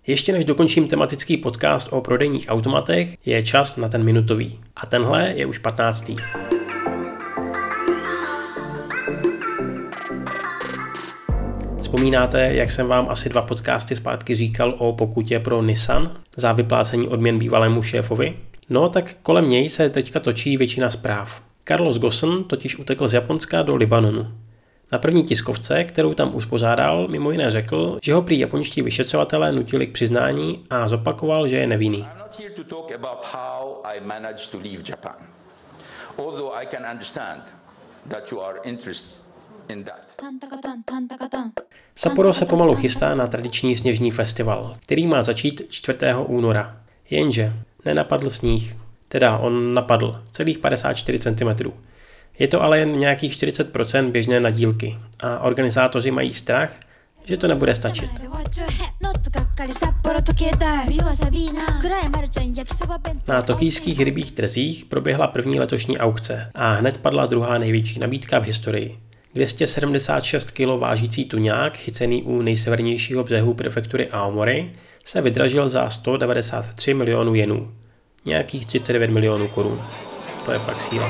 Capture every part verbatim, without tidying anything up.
Ještě než dokončím tematický podcast o prodejních automatech, je čas na ten minutový. A tenhle je už patnáctý. Vzpomínáte, jak jsem vám asi dva podcasty zpátky říkal o pokutě pro Nissan za vyplácení odměn bývalému šéfovi? No tak kolem něj se teďka točí většina zpráv. Carlos Ghosn totiž utekl z Japonska do Libanonu. Na první tiskovce, kterou tam uspořádal, mimo jiné řekl, že ho prý japonští vyšetřovatelé nutili k přiznání a zopakoval, že je nevinný. Sapporo se pomalu chystá na tradiční sněžní festival, který má začít čtvrtého února. Jenže nenapadl sníh. Teda on napadl celých padesát čtyři centimetrů. Je to ale jen nějakých čtyřicet procent běžné nadílky a organizátoři mají strach, že to nebude stačit. Na tokijských rybích trzích proběhla první letošní aukce a hned padla druhá největší nabídka v historii. dvě stě sedmdesát šest kilogramů vážící tuňák, chycený u nejsevernějšího břehu prefektury Aomori, se vydražil za sto devadesát tři milionů jenů. Nějakých třicet devět milionů korun. To je fakt síla.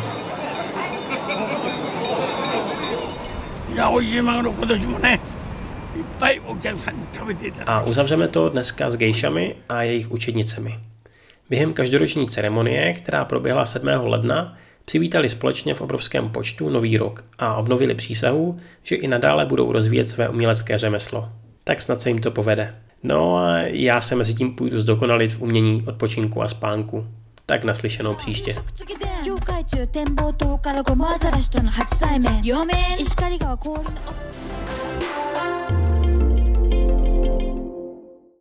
A uzavřeme to dneska s gejšami a jejich učednicemi. Během každoroční ceremonie, která proběhla sedmého ledna, přivítali společně v obrovském počtu nový rok a obnovili přísahu, že i nadále budou rozvíjet své umělecké řemeslo. Tak snad se jim to povede. No a já se mezi tím půjdu zdokonalit v umění odpočinku a spánku. Tak naslyšenou příště.